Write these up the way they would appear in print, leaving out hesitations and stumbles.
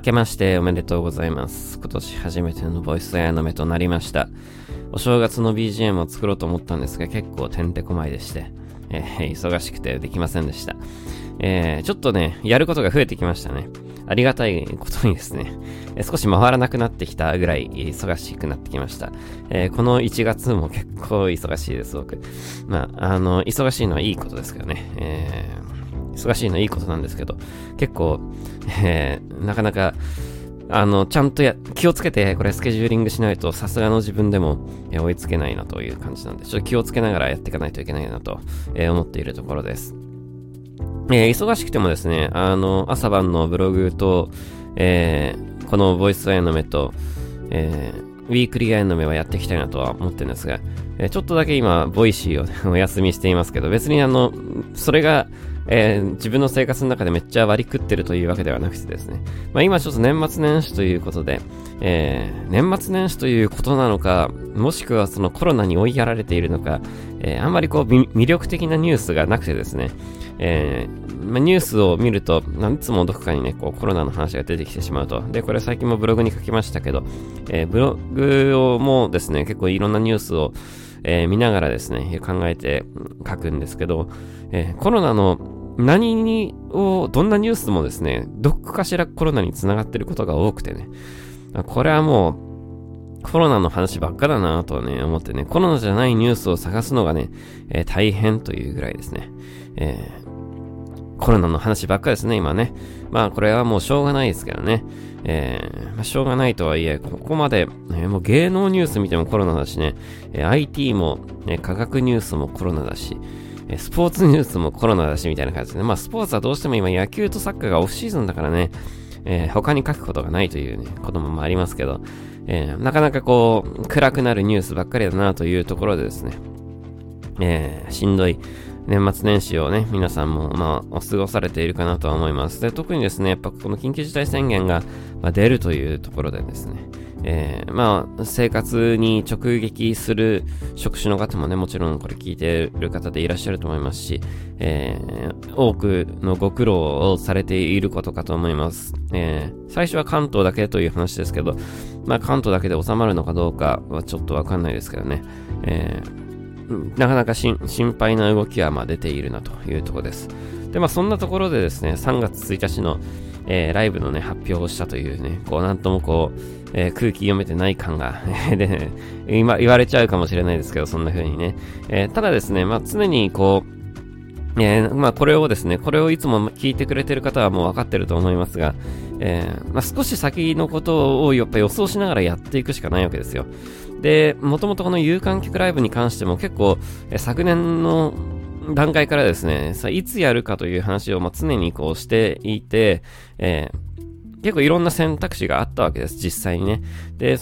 けましておめでとうございます。今年初めてのボイスアヤの目となりました。お正月の BGM を作ろうと思ったんですが、結構てんてこまいでして、忙しくてできませんでした。ちょっとね、やることが増えてきましたね。ありがたいことにですね、少し回らなくなってきたぐらい忙しくなってきました。この1月も結構忙しいです、僕。忙しいのはいいことですけどね。忙しいのはいいことなんですけど、結構、なかなか、ちゃんと気をつけて、これスケジューリングしないと、さすがの自分でも、追いつけないなという感じなんで、ちょっと気をつけながらやっていかないといけないなと、思っているところです。忙しくてもですね、朝晩のブログと、このボイスアヤの目と、ウィークリーアヤの目はやっていきたいなとは思ってるんですが、ちょっとだけ今、ボイシーをお休みしていますけど、別にそれが、自分の生活の中でめっちゃ割り食ってるというわけではなくてですね、今ちょっと年末年始ということで、年末年始ということなのか、もしくはそのコロナに追いやられているのか、あんまりこう魅力的なニュースがなくてですね、ニュースを見ると、いつもどこかにね、こうコロナの話が出てきてしまうと。で、これ最近もブログに書きましたけど、ブログをもですね、結構いろんなニュースを、見ながらですね、考えて書くんですけど、コロナのどんなニュースもですね、どっかしらコロナにつながってることが多くてね、これはもう、コロナの話ばっかだなとね、思ってね、コロナじゃないニュースを探すのがね、大変というぐらいですね。コロナの話ばっかですね、今ね。これはもうしょうがないですけどね。しょうがないとはいえ、ここまで、もう芸能ニュース見てもコロナだしね、IT も、科学ニュースもコロナだし、スポーツニュースもコロナだしみたいな感じでね。スポーツはどうしても今野球とサッカーがオフシーズンだからね、他に書くことがないというね、こともありますけど、なかなかこう、暗くなるニュースばっかりだなというところでですね、しんどい年末年始をね、皆さんもお過ごされているかなとは思います。で、特にですね、やっぱこの緊急事態宣言が、出るというところでですね、生活に直撃する職種の方もね、もちろんこれ聞いている方でいらっしゃると思いますし、多くのご苦労をされていることかと思います。最初は関東だけという話ですけど、関東だけで収まるのかどうかはちょっとわかんないですけどね、なかなか心配な動きは出ているなというところです。で、そんなところでですね、3月1日の、ライブのね、発表をしたというね、なんとも空気読めてない感がで、今言われちゃうかもしれないですけど、そんな風にね。ただですね、常にこれをですね、これをいつも聞いてくれてる方はもう分かってると思いますが、少し先のことをやっぱ予想しながらやっていくしかないわけですよ。で、もともとこの有観客ライブに関しても結構、昨年の段階からですね、いつやるかという話を常にしていて、結構いろんな選択肢があったわけです、実際にね。で、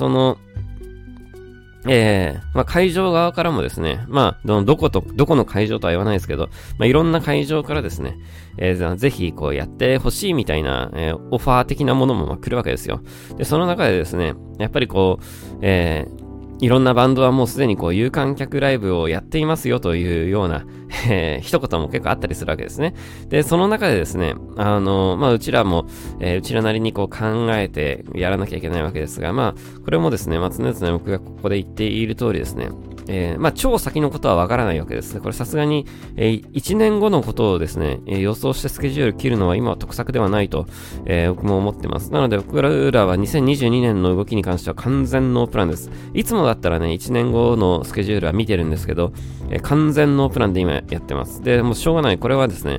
会場側からもですね、どこの会場とは言わないですけど、いろんな会場からですね、ぜひやってほしいみたいな、オファー的なものも来るわけですよ。で、その中でですね、やっぱりいろんなバンドはもうすでに有観客ライブをやっていますよというような、一言も結構あったりするわけですね。で、その中でですね、うちらも、うちらなりに考えてやらなきゃいけないわけですが、これもですね、常々僕がここで言っている通りですね、超先のことはわからないわけです。これさすがに、1年後のことをですね、予想してスケジュール切るのは今は得策ではないと、僕も思ってます。なので僕らは2022年の動きに関しては完全ノープランです。いつもだったらね、1年後のスケジュールは見てるんですけど、完全ノープランで今やってます。で、もうしょうがない。これはですね、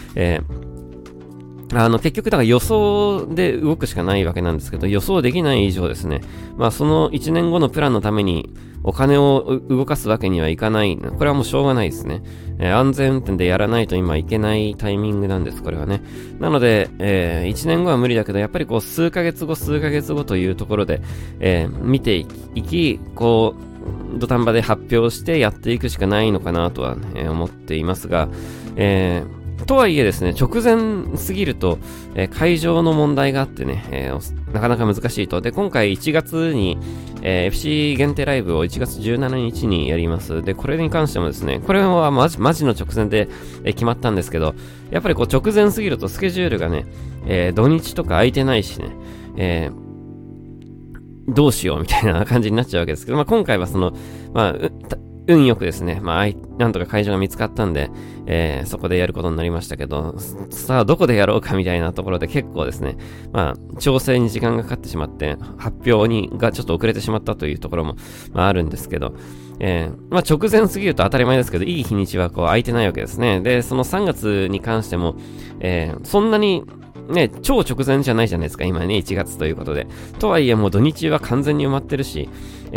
結局だから予想で動くしかないわけなんですけど、予想できない以上ですね、その1年後のプランのためにお金を動かすわけにはいかない。これはもうしょうがないですね。安全運転でやらないと今いけないタイミングなんです、これはね。なので、1年後は無理だけど、やっぱり数ヶ月後というところで、見ていき、土壇場で発表してやっていくしかないのかなとは、思っていますが、とはいえですね、直前すぎると、会場の問題があってね、なかなか難しいと。で、今回1月に、FC 限定ライブを1月17日にやります。で、これに関してもですね、これはマジの直前で、決まったんですけど、やっぱり直前すぎるとスケジュールがね、土日とか空いてないしね、 どうしようみたいな感じになっちゃうわけですけど、今回は運よくですね、なんとか会場が見つかったんで、そこでやることになりましたけど、さあ、どこでやろうかみたいなところで結構ですね、調整に時間がかかってしまって、発表がちょっと遅れてしまったというところも、あるんですけど、直前すぎると当たり前ですけど、いい日にちは空いてないわけですね。で、その3月に関しても、そんなに、超直前じゃないじゃないですか、今ね、1月ということで。とはいえ、もう土日は完全に埋まってるし、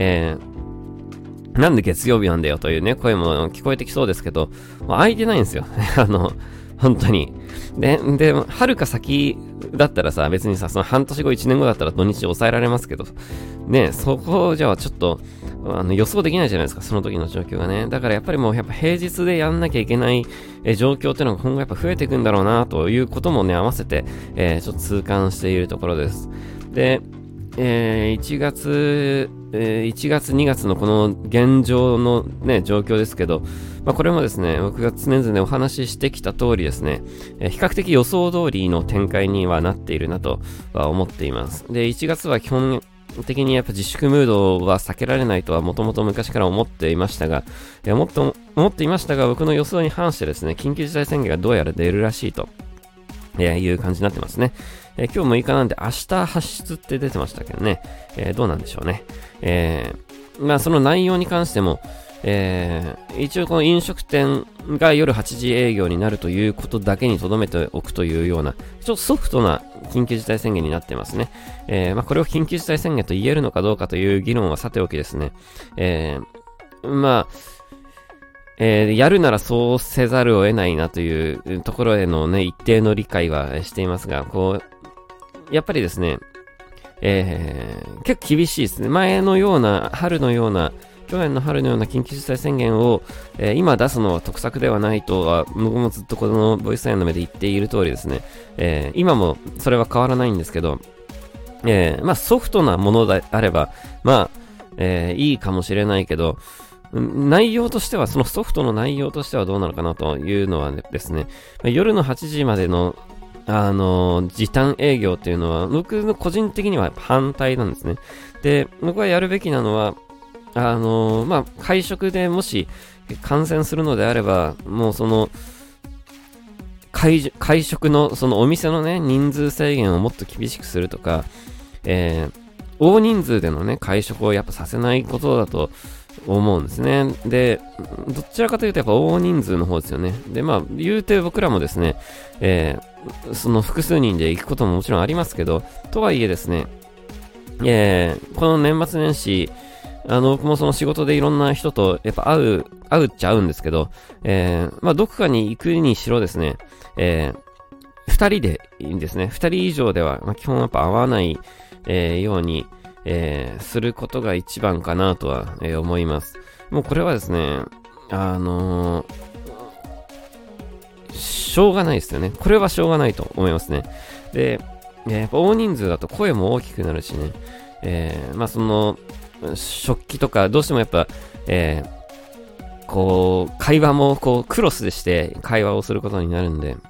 なんで月曜日なんだよというね、声も聞こえてきそうですけど、空いてないんですよ。本当に。で、遥か先だったらさ、別にさ、その半年後、1年後だったら土日抑えられますけど、ね、そこじゃあちょっと、予想できないじゃないですか、その時の状況がね。だからやっぱり平日でやんなきゃいけない状況っていうのが今後やっぱ増えていくんだろうな、ということもね、合わせて、ちょっと痛感しているところです。で、1月、2月のこの現状のね、状況ですけど、これもですね、僕が常々お話ししてきた通りですね、比較的予想通りの展開にはなっているなとは思っています。で、1月は基本的にやっぱ自粛ムードは避けられないとはもともと昔から思っていましたが、僕の予想に反してですね、緊急事態宣言がどうやら出るらしいと。いう感じになってますね。今日6日なんで明日発出って出てましたけどね。どうなんでしょうね。その内容に関しても、一応この飲食店が夜8時営業になるということだけに留めておくというような、ちょっとソフトな緊急事態宣言になってますね。これを緊急事態宣言と言えるのかどうかという議論はさておきですね。やるならそうせざるを得ないなというところへのね、一定の理解はしていますが、やっぱりですね、結構厳しいですね。去年の春のような緊急事態宣言を、今出すのは得策ではないとは、僕もずっとこのボイスアイの目で言っている通りですね、今もそれは変わらないんですけど、ソフトなものであれば、いいかもしれないけど、内容としては、そのソフトの内容としてはどうなのかなというのはですね、夜の8時までの、時短営業っていうのは、僕の個人的には反対なんですね。で、僕はやるべきなのは、会食でもし感染するのであれば、もうその、会食の、そのお店のね、人数制限をもっと厳しくするとか、大人数でのね、会食をやっぱさせないことだと思うんですね。で、どちらかというとやっぱ大人数の方ですよね。で、言うて僕らもですね、その複数人で行くことももちろんありますけど、とはいえですね、この年末年始、僕もその仕事でいろんな人とやっぱ会うっちゃ会うんですけど、どこかに行くにしろですね、二人でいいんですね。二人以上では、基本やっぱ会わない、ように、することが一番かなとは、思います。もうこれはですね、しょうがないですよね。これはしょうがないと思いますね。で、やっぱ大人数だと声も大きくなるしね、その、食器とか、どうしてもやっぱ、会話もクロスでして会話をすることになるんで、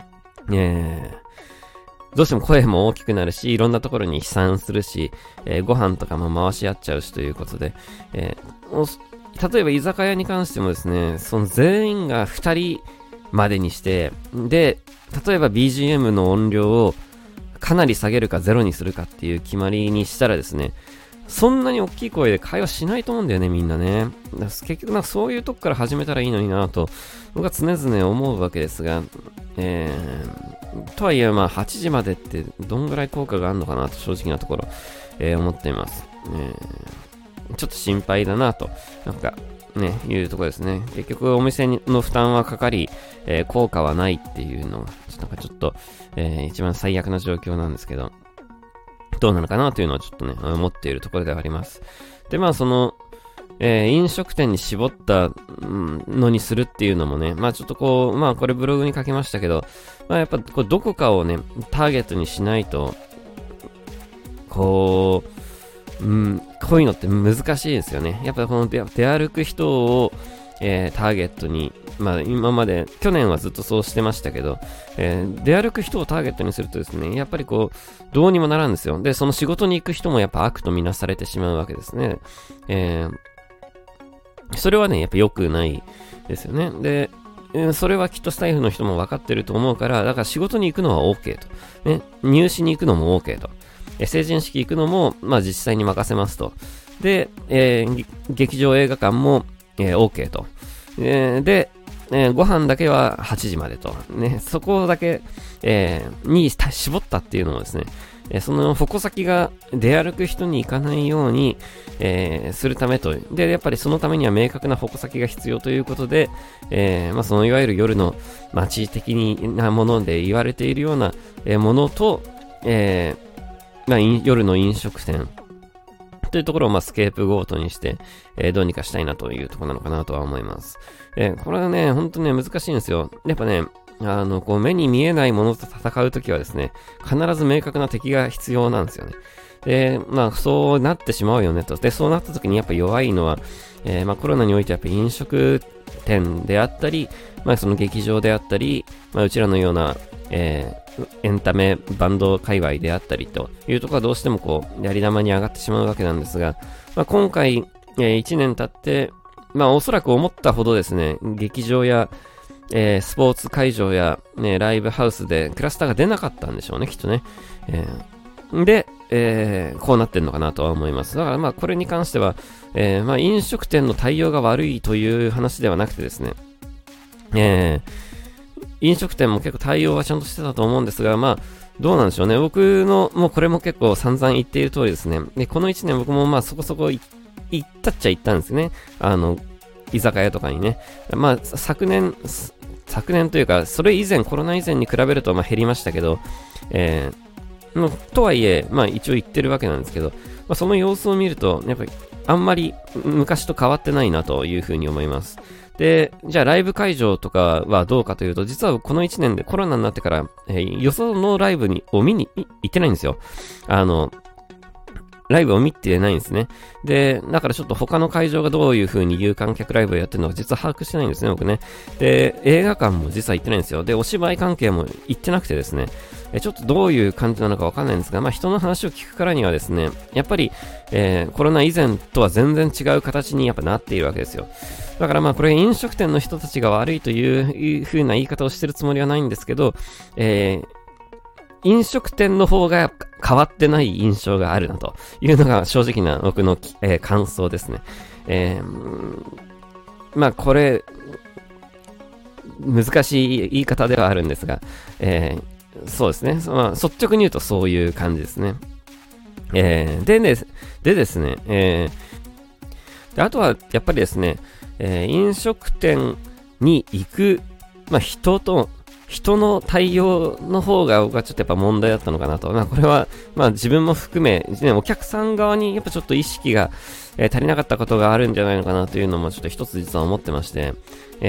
どうしても声も大きくなるし、いろんなところに飛散するし、ご飯とかも回し合っちゃうしということで、例えば居酒屋に関してもですね、その全員が2人までにして、で、例えば BGM の音量をかなり下げるかゼロにするかっていう決まりにしたらですね、そんなに大きい声で会話しないと思うんだよね、みんなね。結局そういうとこから始めたらいいのになと、僕は常々思うわけですが、とはいえ8時までってどんぐらい効果があるのかなと正直なところ、思っています。ちょっと心配だなと、いうところですね。結局お店の負担はかかり、効果はないっていうのは、ちょっと、一番最悪な状況なんですけど、どうなのかなというのはちょっとね、思っているところではあります。で、その、飲食店に絞ったのにするっていうのもね、ちょっとこれブログに書きましたけど、やっぱどこかをね、ターゲットにしないと、こういうのって難しいですよね。やっぱこの出歩く人を、ターゲットに今まで、去年はずっとそうしてましたけど、出歩く人をターゲットにするとですね、やっぱりこう、どうにもならんですよ。で、その仕事に行く人もやっぱ悪とみなされてしまうわけですね。それはね、やっぱ良くないですよね。で、それはきっとスタイフの人も分かってると思うから、だから仕事に行くのは OK と。ね、入試に行くのも OK と。成人式行くのも、実際に任せますと。で、劇場映画館も、OK と。で、ご飯だけは8時までと。ね、そこだけ、に絞ったっていうのもですね、その矛先が出歩く人に行かないように、するためと。で、やっぱりそのためには明確な矛先が必要ということで、そのいわゆる夜の街的なもので言われているような、ものと、夜の飲食店というところをスケープゴートにして、どうにかしたいなというところなのかなとは思います。これはね、ほんとね、難しいんですよ。やっぱね、こう目に見えないものと戦うときはですね、必ず明確な敵が必要なんですよね。で、そうなってしまうよねと。で、そうなったときにやっぱ弱いのは、コロナにおいてやっぱ飲食店であったり、その劇場であったり、うちらのような、エンタメバンド界隈であったりというところはどうしてもこうやり玉に上がってしまうわけなんですが、今回、1年経って、おそらく思ったほどですね、劇場や、スポーツ会場や、ライブハウスでクラスターが出なかったんでしょうね、きっとね。で、こうなってんのかなとは思います。だからこれに関しては、飲食店の対応が悪いという話ではなくてですね、飲食店も結構対応はちゃんとしてたと思うんですが、どうなんでしょうね。僕の、もうこれも結構散々言っている通りですね。で、この1年僕もそこそこ行ったっちゃ行ったんですね。居酒屋とかにね。昨年というか、それ以前、コロナ以前に比べると減りましたけど、とはいえ、一応行ってるわけなんですけど、その様子を見ると、やっぱりあんまり昔と変わってないなというふうに思います。で、じゃあライブ会場とかはどうかというと、実はこの1年でコロナになってから、よそのライブを見に行ってないんですよ。ライブを見てないんですね。で、だからちょっと他の会場がどういう風に有観客ライブをやってるのか実は把握してないんですね、僕ね。で、映画館も実は行ってないんですよ。で、お芝居関係も行ってなくてですね、ちょっとどういう感じなのかわかんないんですが、人の話を聞くからにはですね、やっぱり、コロナ以前とは全然違う形にやっぱなっているわけですよ。だからこれ飲食店の人たちが悪いという風な言い方をしてるつもりはないんですけど、飲食店の方が変わってない印象があるなというのが正直な僕の、感想ですね。これ、難しい言い方ではあるんですが、そうですね。率直に言うとそういう感じですね。でですね、であとはやっぱりですね、飲食店に行く、人の対応の方が僕はちょっとやっぱ問題だったのかなと。これは、自分も含め、お客さん側にやっぱちょっと意識が、足りなかったことがあるんじゃないのかなというのもちょっと一つ実は思ってまして、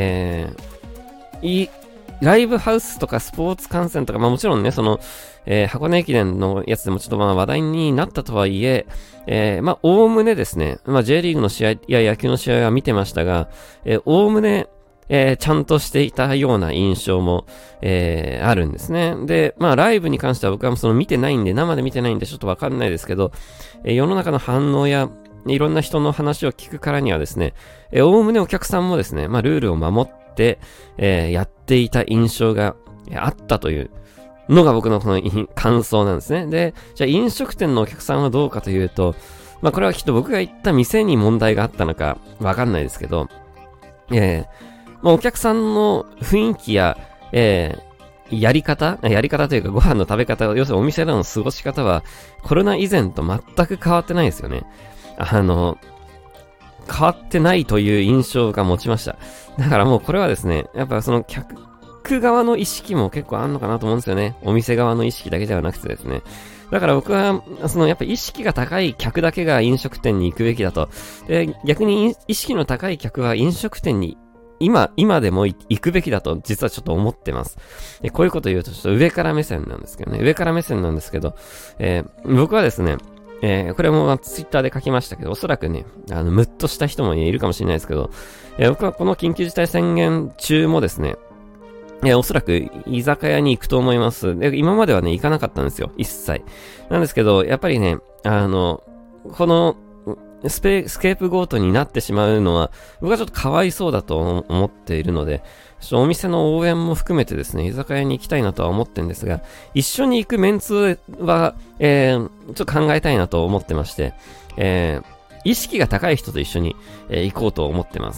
ライブハウスとかスポーツ観戦とか、もちろんね、箱根駅伝のやつでもちょっと話題になったとはいえ、おおむねですね、J リーグの試合や野球の試合は見てましたが、おおむね、ちゃんとしていたような印象も、あるんですね。で、ライブに関しては僕は見てないんで、生で見てないんでちょっとわかんないですけど、世の中の反応や、いろんな人の話を聞くからにはですね、おおむねお客さんもですね、ルールを守って、やっていた印象があったというのが僕のこの感想なんですね。で、じゃあ飲食店のお客さんはどうかというと、これはきっと僕が行った店に問題があったのかわかんないですけど、お客さんの雰囲気や、やり方というかご飯の食べ方、要するにお店での過ごし方はコロナ以前と全く変わってないですよね。変わってないという印象が持ちました。だからもうこれはですね、やっぱ客側の意識も結構あるのかなと思うんですよね。お店側の意識だけではなくてですね。だから僕は、やっぱ意識が高い客だけが飲食店に行くべきだと。で、逆に意識の高い客は飲食店に今でも行くべきだと実はちょっと思ってます。こういうこと言うとちょっと上から目線なんですけどね。僕はですね、 これもツイッターで書きましたけど、おそらくね、ムッとした人もいるかもしれないですけど、僕はこの緊急事態宣言中もですね、おそらく居酒屋に行くと思います。で、今まではね、行かなかったんですよ。一切。なんですけど、やっぱりね、この、スケープゴートになってしまうのは、僕はちょっとかわいそうだと思っているので、ちょっとお店の応援も含めてですね、居酒屋に行きたいなとは思ってるんですが、一緒に行くメンツは、ちょっと考えたいなと思ってまして、意識が高い人と一緒に、行こうと思ってます。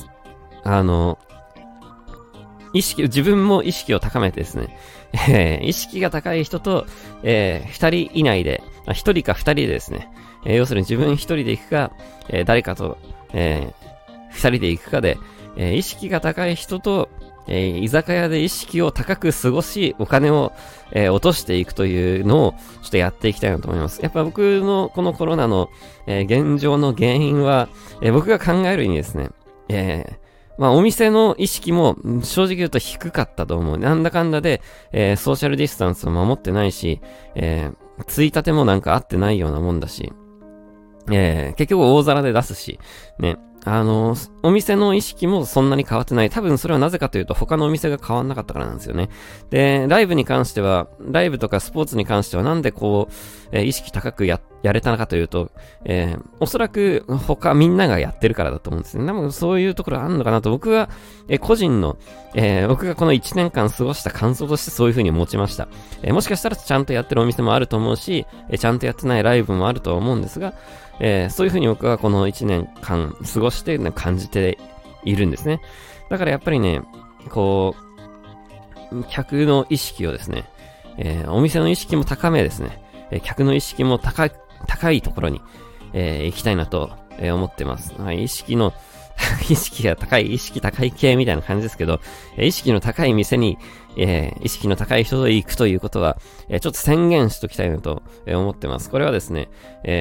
自分も意識を高めてですね、意識が高い人と、二人以内で、一人か二人でですね、要するに自分一人で行くか、誰かと、二人で行くかで、意識が高い人と、居酒屋で意識を高く過ごし、お金を、落としていくというのを、ちょっとやっていきたいなと思います。やっぱ僕のこのコロナの、現状の原因は、僕が考えるにですね、お店の意識も正直言うと低かったと思う。なんだかんだで、ソーシャルディスタンスを守ってないし、ついたてもなんか合ってないようなもんだし、結局大皿で出すし、ね。お店の意識もそんなに変わってない。多分それはなぜかというと他のお店が変わんなかったからなんですよね。で、ライブとかスポーツに関してはなんでこう、意識高くやれたのかというと、おそらくみんながやってるからだと思うんですね。でもそういうところあるのかなと僕は、個人の、僕がこの1年間過ごした感想としてそういう風に持ちました。もしかしたらちゃんとやってるお店もあると思うし、ちゃんとやってないライブもあると思うんですが、そういう風に僕はこの1年間過ごして感じているんですね。だからやっぱりね、こう、客の意識をですね、お店の意識も高めですね、客の意識も高いところに、行きたいなと、思ってます。意識が高い、意識高い系みたいな感じですけど、意識の高い店に、意識の高い人と行くということは、ちょっと宣言しときたいなと、思ってます。これはですね、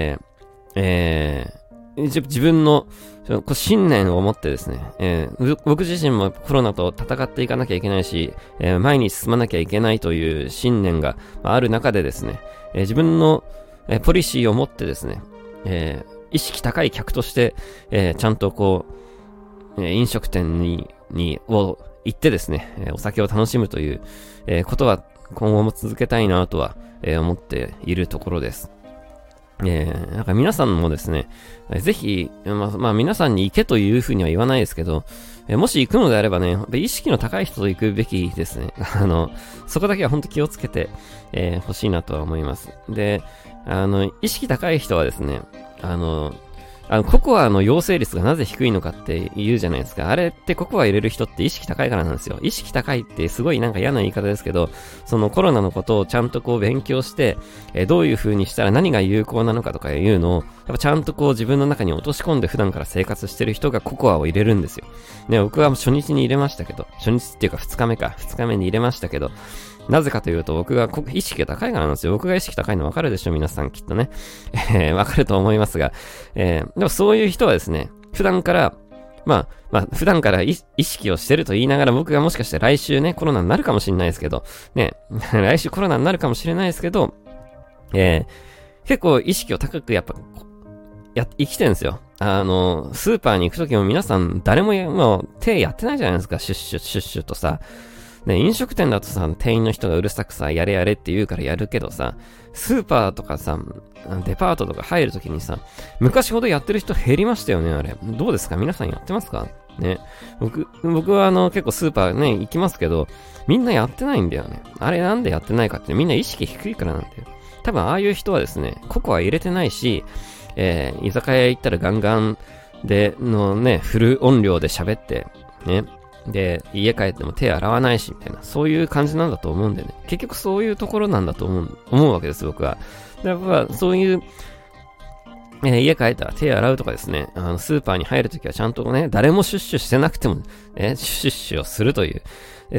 自分の信念を持ってですね、僕自身もコロナと戦っていかなきゃいけないし、前に進まなきゃいけないという信念がある中でですね、自分のポリシーを持ってですね、意識高い客として、ちゃんとこう、飲食店行ってですね、お酒を楽しむという、ことは今後も続けたいなとは、思っているところです。なんか皆さんもですね、ぜひ、皆さんに行けというふうには言わないですけど、もし行くのであればね、意識の高い人と行くべきですね。そこだけは本当気をつけて、欲しいなとは思います。で、意識高い人はですね、ココアの陽性率がなぜ低いのかって言うじゃないですか。あれってココア入れる人って意識高いからなんですよ。意識高いってすごいなんか嫌な言い方ですけど、そのコロナのことをちゃんとこう勉強して、どういう風にしたら何が有効なのかとかいうのを、やっぱちゃんとこう自分の中に落とし込んで普段から生活してる人がココアを入れるんですよ。ね、僕は初日に入れましたけど、初日っていうか2日目に入れましたけど、なぜかというと僕が意識が高いからなんですよ。僕が意識高いの分かるでしょ皆さんきっとね。分かると思いますが、でもそういう人はですね、普段から普段から意識をしてると言いながら僕がもしかして来週ね、コロナになるかもしれないですけど、ね、来週コロナになるかもしれないですけど、結構意識を高く生きてるんですよ。スーパーに行くときも皆さん誰も手やってないじゃないですか、シュッシュとさ。ね、飲食店だとさ、店員の人がうるさくさ、やれって言うからやるけどさ、スーパーとかさ、デパートとか入るときにさ、昔ほどやってる人減りましたよね、あれ。どうですか皆さんやってますかね。僕は結構スーパーね、行きますけど、みんなやってないんだよね。あれなんでやってないかってみんな意識低いからなんだよ。多分ああいう人はですね、ココア入れてないし、居酒屋行ったらガンガンでのね、フル音量で喋って、ね。で、家帰っても手洗わないし、みたいな、そういう感じなんだと思うんでね。結局そういうところなんだと思うわけです、僕は。だから、そういう、家帰ったら手洗うとかですね、スーパーに入るときはちゃんとね、誰もシュッシュしてなくても、シュッシュをするという、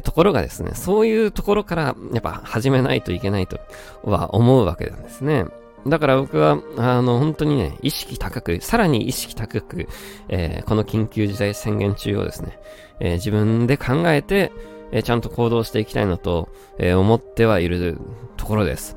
ところがですね、そういうところから、やっぱ始めないといけないとは思うわけなんですね。だから僕は、本当にね、さらに意識高く、この緊急事態宣言中をですね、自分で考えて、ちゃんと行動していきたいなと、思ってはいるところです。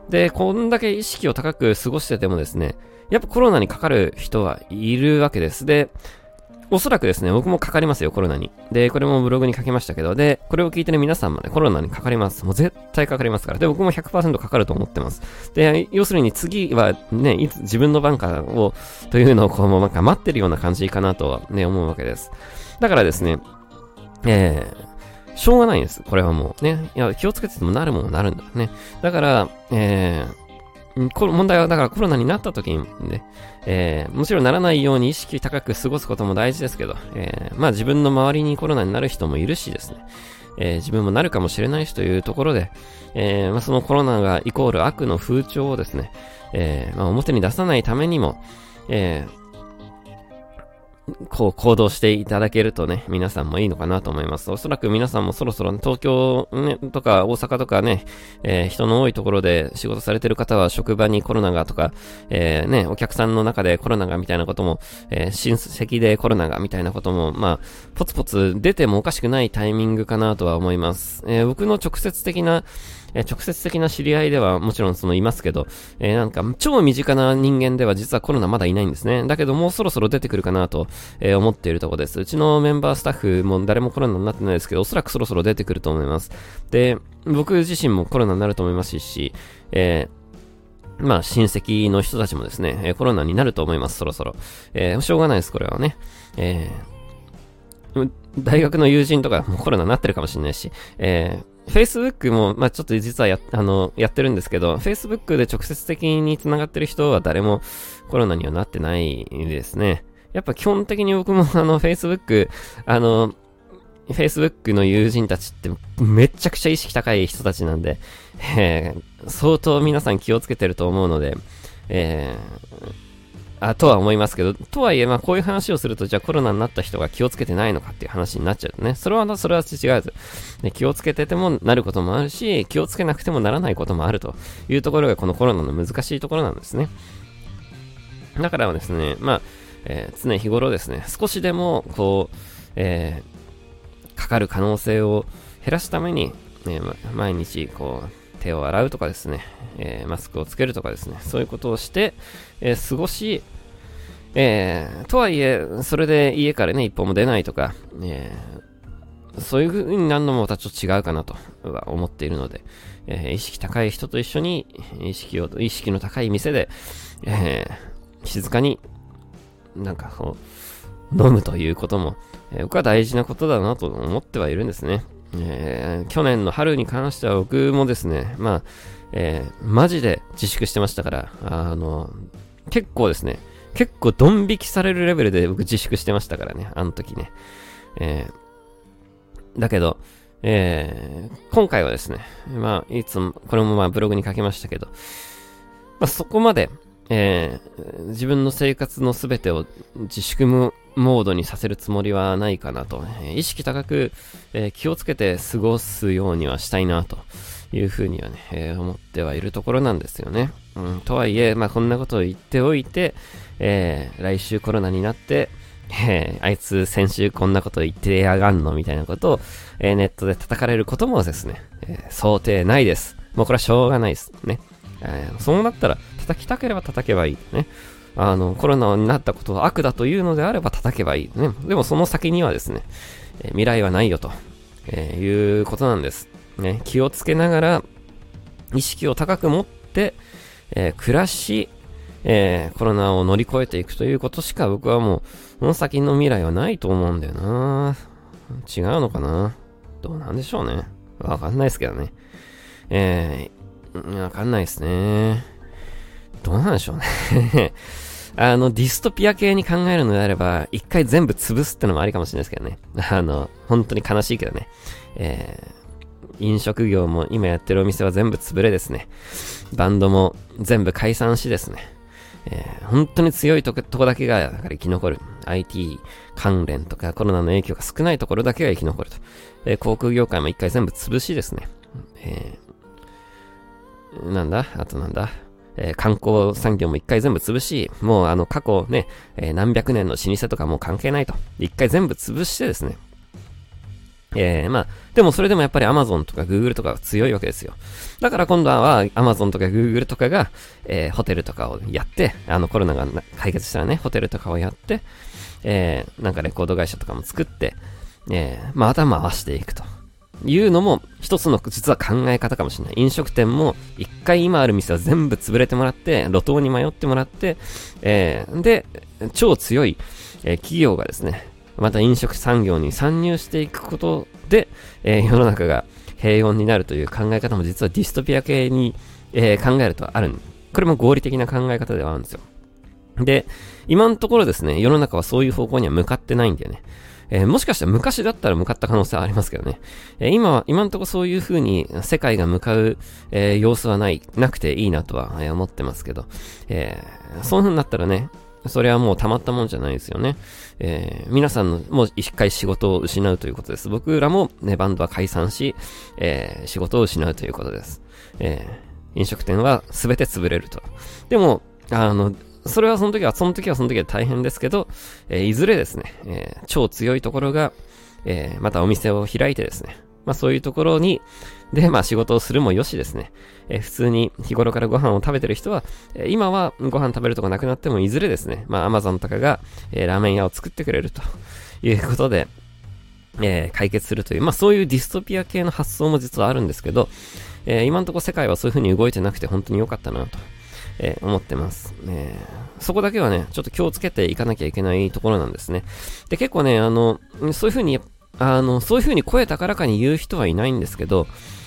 で、こんだけ意識を高く過ごしててもですね、やっぱコロナにかかる人はいるわけです。で、おそらくですね、僕もかかりますよ、コロナに。で、これもブログに書きましたけど、で、これを聞いてね、皆さんもね、コロナにかかります。もう絶対かかりますから。で、僕も 100% かかると思ってます。で、要するに次はね、いつ自分の番かを、というのをこう、なんか待ってるような感じかなとはね、思うわけです。だからですね、しょうがないんです。これはもうね。いや、気をつけててもなるものなるんだね。だから、問題は、だからコロナになった時にね、もちろんならないように意識高く過ごすことも大事ですけど、まあ自分の周りにコロナになる人もいるしですね、自分もなるかもしれないしというところで、まあそのコロナがイコール悪の風潮をですね、まあ表に出さないためにも、こう行動していただけるとね、皆さんもいいのかなと思います。おそらく皆さんもそろそろ、ね、東京、ね、とか大阪とかね、人の多いところで仕事されてる方は職場にコロナがとか、ね、お客さんの中でコロナがみたいなことも、親戚でコロナがみたいなことも、まあ、ポツポツ出てもおかしくないタイミングかなとは思います。僕の直接的な知り合いではもちろんいますけど、なんか超身近な人間では実はコロナまだいないんですね。だけどもうそろそろ出てくるかなと、思っているところです。うちのメンバースタッフも誰もコロナになってないですけど、おそらくそろそろ出てくると思います。で、僕自身もコロナになると思いますし、まあ親戚の人たちもですね、コロナになると思います、そろそろ。しょうがないです、これはね。大学の友人とかもコロナになってるかもしれないし、Facebook も、まあちょっと実はやってるんですけど、Facebook で直接的に繋がってる人は誰もコロナにはなってないですね。やっぱ基本的に僕もFacebook の友人たちってめちゃくちゃ意識高い人たちなんで、相当皆さん気をつけてると思うので、とは思いますけど、とはいえ、まあこういう話をすると、じゃあコロナになった人が気をつけてないのかっていう話になっちゃうとね、それは違うです。気をつけててもなることもあるし、気をつけなくてもならないこともあるというところがこのコロナの難しいところなんですね。だからはですね、まあ、常日頃ですね、少しでもこう、かかる可能性を減らすために、毎日こう手を洗うとかですね、マスクをつけるとかですね、そういうことをして、過ごし、とはいえそれで家からね一歩も出ないとか、そういう風になるのもまたちょっと違うかなとは思っているので、意識高い人と一緒に意識の高い店で、静かになんかこう飲むということも、僕は大事なことだなと思ってはいるんですね。去年の春に関しては僕もですね、まあ、マジで自粛してましたから、結構ですね、結構ドン引きされるレベルで僕自粛してましたからね、あの時ね。だけど、今回はですね、まあ、いつも、これもまあブログに書きましたけど、まあそこまで、自分の生活のすべてを自粛モードにさせるつもりはないかなと、意識高く、気をつけて過ごすようにはしたいなというふうにはね、思ってはいるところなんですよね。とはいえ、まあこんなことを言っておいて、来週コロナになって、あいつ先週こんなこと言ってやがんのみたいなことを、ネットで叩かれることもですね、想定ないです。もうこれはしょうがないですね。そうなったら叩きたければ叩けばいいね。コロナになったことは悪だというのであれば叩けばいいね。でもその先にはですね、未来はないよと、いうことなんです。ね、気をつけながら意識を高く持って、暮らし、コロナを乗り越えていくということしか僕はもうその先の未来はないと思うんだよな。違うのかな、どうなんでしょうね。わかんないですけどね。わかんないですね。どうなんでしょうね。ディストピア系に考えるのであれば、一回全部潰すってのもありかもしれないですけどね。本当に悲しいけどね。飲食業も今やってるお店は全部潰れですね。バンドも全部解散しですね。本当に強いとこだけが生き残る。IT 関連とかコロナの影響が少ないところだけが生き残ると。航空業界も一回全部潰しですね。あと観光産業も一回全部潰し、もう過去ね、何百年の老舗とかもう関係ないと。一回全部潰してですね。 でもそれでもやっぱり Amazon とか Google とかは強いわけですよ。だから今度は Amazon とか Google とかが、ホテルとかをやって、コロナが解決したらね、ホテルとかをやって、なんかレコード会社とかも作って、また回していくというのも一つの実は考え方かもしれない。飲食店も一回今ある店は全部潰れてもらって、路頭に迷ってもらって、で、超強い、企業がですね、また飲食産業に参入していくことで、世の中が平穏になるという考え方も実はディストピア系に、考えるとある。これも合理的な考え方ではあるんですよ。で、今のところですね、世の中はそういう方向には向かってないんだよね。もしかしたら昔だったら向かった可能性はありますけどね。今のところそういう風に世界が向かう、様子はなくていいなとは、思ってますけど、そういう風になったらね、それはもうたまったもんじゃないですよね。皆さんのもう一回仕事を失うということです。僕らもね、バンドは解散し、仕事を失うということです。飲食店は全て潰れると。でも、それはその時はで大変ですけど、いずれですね、超強いところが、またお店を開いてですね、そういうところに、で、仕事をするもよしですね、普通に日頃からご飯を食べてる人は、今はご飯食べるとこなくなってもいずれですね、Amazon とかが、ラーメン屋を作ってくれるということで、解決するという、そういうディストピア系の発想も実はあるんですけど、今のところ世界はそういう風に動いてなくて本当に良かったなと。思ってます。そこだけはね、ちょっと気をつけていかなきゃいけないところなんですね。で、結構ね、そういう風に声高らかに言う人はいないんですけど、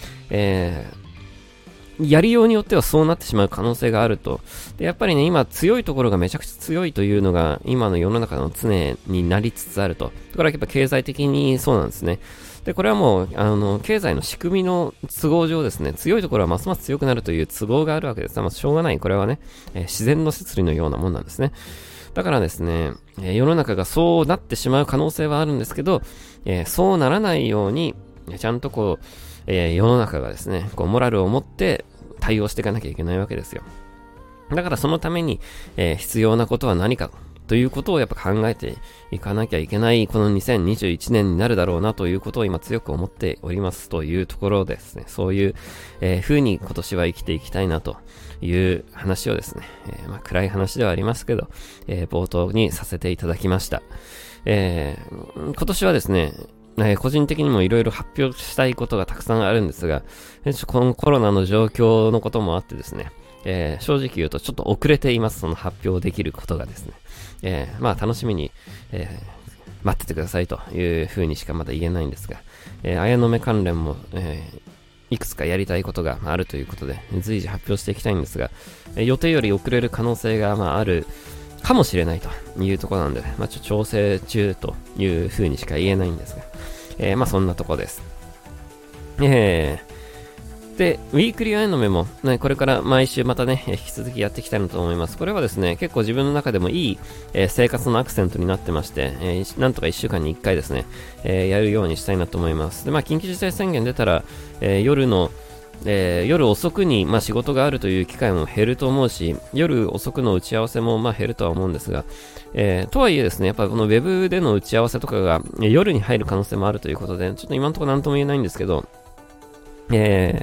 やりようによってはそうなってしまう可能性があると。で、やっぱりね、今強いところがめちゃくちゃ強いというのが、今の世の中の常になりつつあると。これはやっぱ経済的にそうなんですね。で、これはもう、経済の仕組みの都合上ですね、強いところはますます強くなるという都合があるわけです。しょうがない。これはね、自然の摂理のようなもんなんですね。だからですね、世の中がそうなってしまう可能性はあるんですけど、そうならないように、ちゃんと世の中がですね、モラルを持って対応していかなきゃいけないわけですよ。だからそのために、必要なことは何かということをやっぱ考えていかなきゃいけないこの2021年になるだろうなということを今強く思っておりますというところですね。そういう、風に今年は生きていきたいなという話をですね、暗い話ではありますけど、冒頭にさせていただきました。今年はですね、個人的にもいろいろ発表したいことがたくさんあるんですが、このコロナの状況のこともあってですね、正直言うとちょっと遅れています。その発表できることがですね。楽しみに、待っててくださいという風にしかまだ言えないんですが、綾野目関連も、いくつかやりたいことがあるということで、随時発表していきたいんですが、予定より遅れる可能性があるかもしれないというところなんで、調整中という風にしか言えないんですが、そんなとこです。で、ウィークリーアイのメモ、これから毎週またね、引き続きやっていきたいなと思います。これはですね、結構自分の中でもいい、生活のアクセントになってまして、なんとか1週間に1回ですね、やるようにしたいなと思います。で、緊急事態宣言出たら、夜遅くに、仕事があるという機会も減ると思うし、夜遅くの打ち合わせも減るとは思うんですが、とはいえですね、やっぱこのウェブでの打ち合わせとかが夜に入る可能性もあるということで、ちょっと今のところ何とも言えないんですけど、今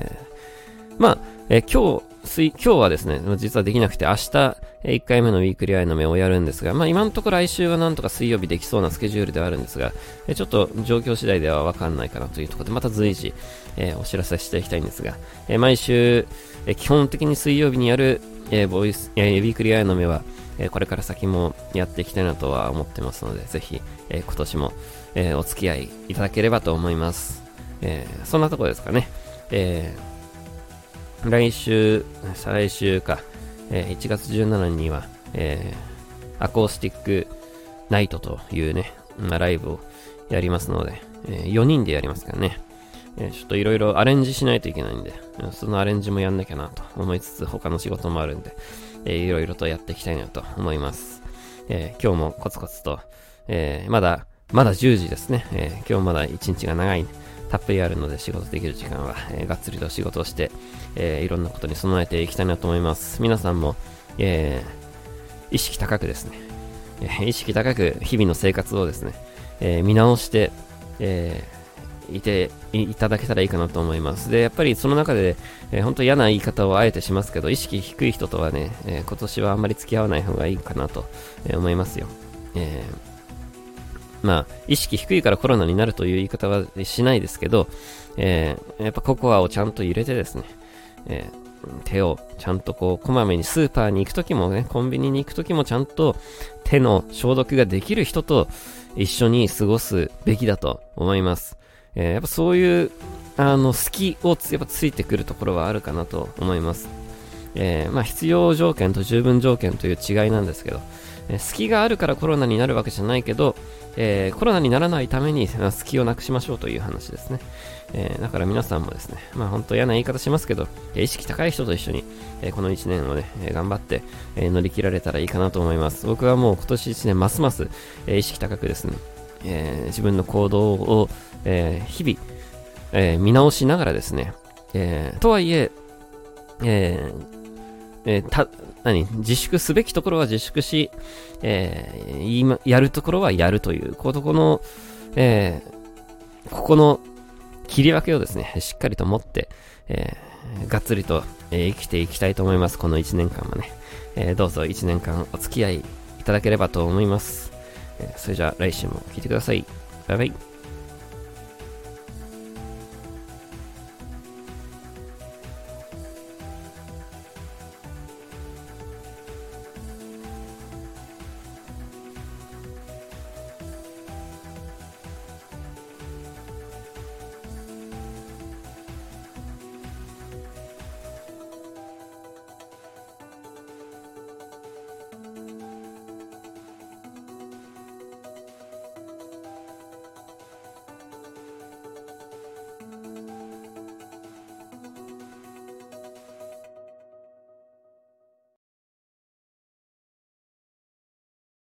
日はですね、実はできなくて明日、1回目のウィークリーアイの目をやるんですが、今のところ来週はなんとか水曜日できそうなスケジュールではあるんですが、ちょっと状況次第ではわかんないかなというところで、また随時、お知らせしていきたいんですが、毎週、基本的に水曜日にやる、ウィークリーアイの目は、これから先もやっていきたいなとは思ってますので、ぜひ、今年も、お付き合いいただければと思います。そんなところですかね。再来週か、1月17日には、アコースティックナイトというね、ライブをやりますので、4人でやりますからね、ちょっといろいろアレンジしないといけないんで、そのアレンジもやんなきゃなと思いつつ、他の仕事もあるんで、いろいろとやっていきたいなと思います。今日もコツコツと、まだ10時ですね、今日まだ1日が長いたっぷりあるので仕事できる時間は、がっつりと仕事をして、いろんなことに備えていきたいなと思います。皆さんも、意識高くですね、意識高く日々の生活をですね、見直して、 いただけたらいいかなと思います。で、やっぱりその中で、本当嫌な言い方をあえてしますけど、意識低い人とはね、今年はあんまり付き合わない方がいいかなと、思いますよ。意識低いからコロナになるという言い方はしないですけど、やっぱココアをちゃんと入れてですね、手をちゃんとこまめにスーパーに行くときもね、コンビニに行くときもちゃんと手の消毒ができる人と一緒に過ごすべきだと思います。やっぱそういう、隙をやっぱついてくるところはあるかなと思います。必要条件と十分条件という違いなんですけど、隙があるからコロナになるわけじゃないけど、コロナにならないために隙をなくしましょうという話ですね。だから皆さんもですね、本当嫌な言い方しますけど、意識高い人と一緒に、この1年をね、頑張って、乗り切られたらいいかなと思います。僕はもう今年1年ますます、意識高くですね、自分の行動を、日々、見直しながらですね、とはいえ、自粛すべきところは自粛し、やるところはやるという、この切り分けをですね、しっかりと持って、がっつりと、生きていきたいと思います。この1年間はね、どうぞ1年間お付き合いいただければと思います。それじゃあ来週も聞いてください。バイバイ。